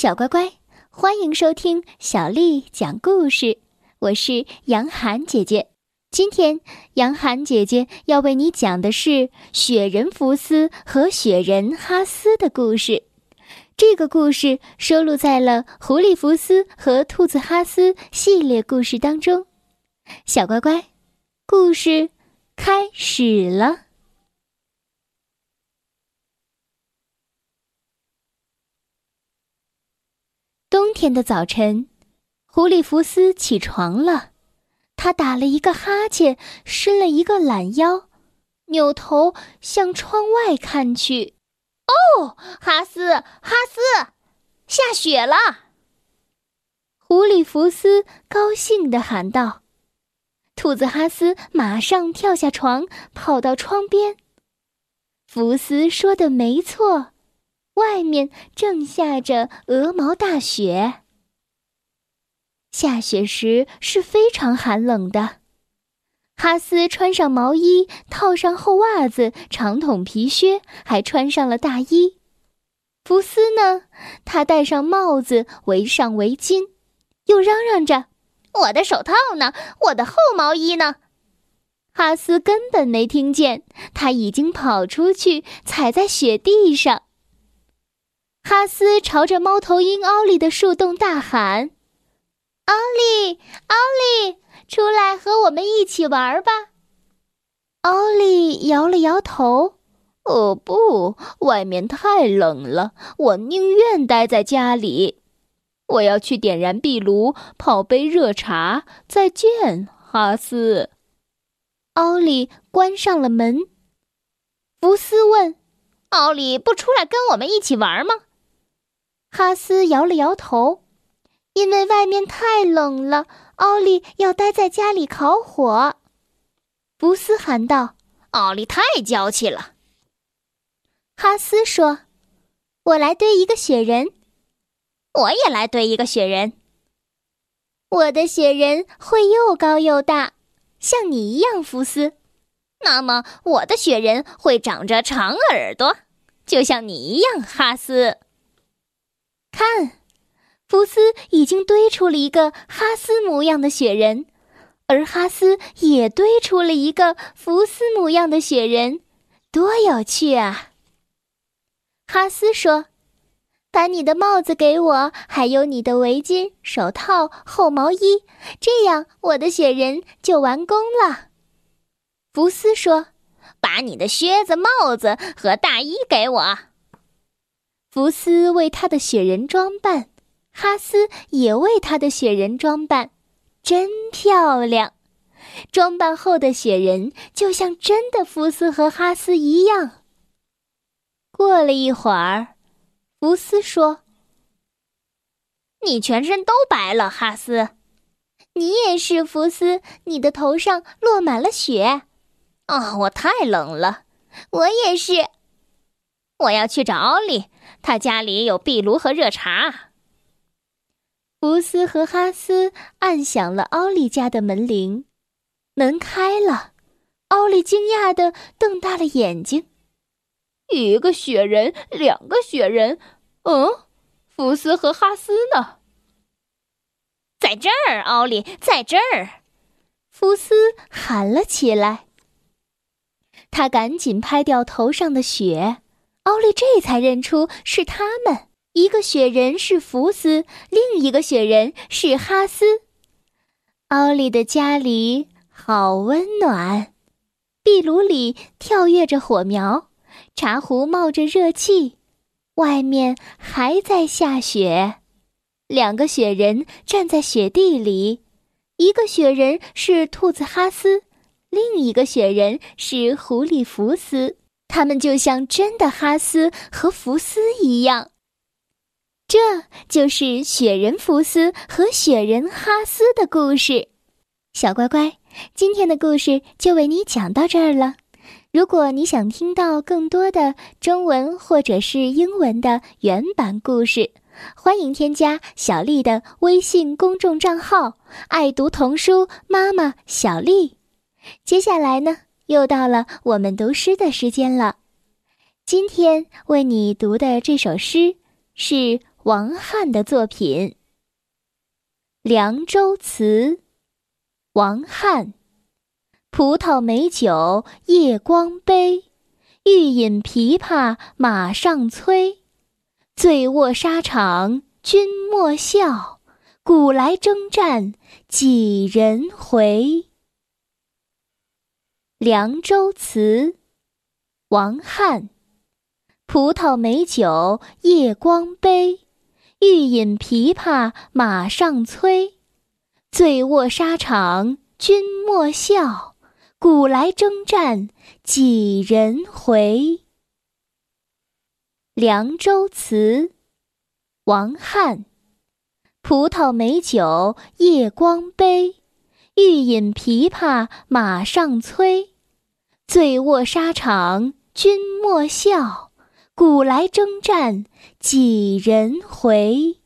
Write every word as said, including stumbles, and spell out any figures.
小乖乖，欢迎收听小丽讲故事，我是杨涵姐姐。今天杨涵姐姐要为你讲的是雪人福斯和雪人哈斯的故事。这个故事收录在了狐狸福斯和兔子哈斯系列故事当中。小乖乖，故事开始了。冬天的早晨，狐狸福斯起床了，他打了一个哈欠，伸了一个懒腰，扭头向窗外看去。 哦，哈斯，哈斯，下雪了！ 狐狸福斯高兴地喊道。兔子哈斯马上跳下床，跑到窗边。福斯说的没错，外面正下着鹅毛大雪。下雪时是非常寒冷的。哈斯穿上毛衣，套上厚袜子、长筒皮靴，还穿上了大衣。福斯呢，他戴上帽子，围上围巾，又嚷嚷着：“ 我的手套呢？我的厚毛衣呢？” 哈斯根本没听见，他已经跑出去，踩在雪地上。哈斯朝着猫头鹰奥利的树洞大喊：“ 奥利，奥利，出来和我们一起玩吧！” 奥利摇了摇头：“哦不，外面太冷了，我宁愿待在家里。我要去点燃壁炉，泡杯热茶。再见，哈斯。”奥利关上了门。福斯问：“ 奥利不出来跟我们一起玩吗？” 哈斯摇了摇头，因为外面太冷了，奥利要待在家里烤火。福斯喊道：“ 奥利太娇气了。” 哈斯说：“我来堆一个雪人。”“ 我也来堆一个雪人。”“ 我的雪人会又高又大，像你一样，福斯。”“ 那么我的雪人会长着长耳朵，就像你一样，哈斯。” 看，福斯已经堆出了一个哈斯模样的雪人，而哈斯也堆出了一个福斯模样的雪人，多有趣啊！哈斯说：“把你的帽子给我，还有你的围巾、手套、厚毛衣，这样我的雪人就完工了。”福斯说：“ 把你的靴子、帽子和大衣给我。” 福斯为他的雪人装扮，哈斯也为他的雪人装扮，真漂亮。装扮后的雪人就像真的福斯和哈斯一样。过了一会儿，福斯说：“ 你全身都白了，哈斯。”“ 你也是，福斯，你的头上落满了雪。”“ 哦，我太冷了。”“ 我也是。”“ 我要去找奥利，他家里有壁炉和热茶。” 福斯和哈斯按响了奥利家的门铃，门开了，奥利惊讶地瞪大了眼睛。“一个雪人，两个雪人，嗯，福斯和哈斯呢？”“ 在这儿，奥利，在这儿！” 福斯喊了起来。他赶紧拍掉头上的雪，奥利这才认出是他们，一个雪人是福斯，另一个雪人是哈斯。奥利的家里好温暖，壁炉里跳跃着火苗，茶壶冒着热气，外面还在下雪。两个雪人站在雪地里，一个雪人是兔子哈斯，另一个雪人是狐狸福斯。他们就像真的哈斯和福斯一样。这就是雪人福斯和雪人哈斯的故事。小乖乖，今天的故事就为你讲到这儿了。如果你想听到更多的中文或者是英文的原版故事，欢迎添加小丽的微信公众账号爱读童书妈妈小丽。接下来呢，又到了我们读诗的时间了。今天为你读的这首诗是王翰的作品。《凉州词》王翰。葡萄美酒夜光杯，欲饮琵琶马上催。醉卧沙场君莫笑，古来征战几人回。《凉州词》王翰。葡萄美酒夜光杯，欲饮琵琶马上催。醉卧沙场君莫笑，古来征战几人回。《凉州词》王翰。葡萄美酒夜光杯，欲饮琵琶马上催。醉卧沙场君莫笑，古来征战几人回。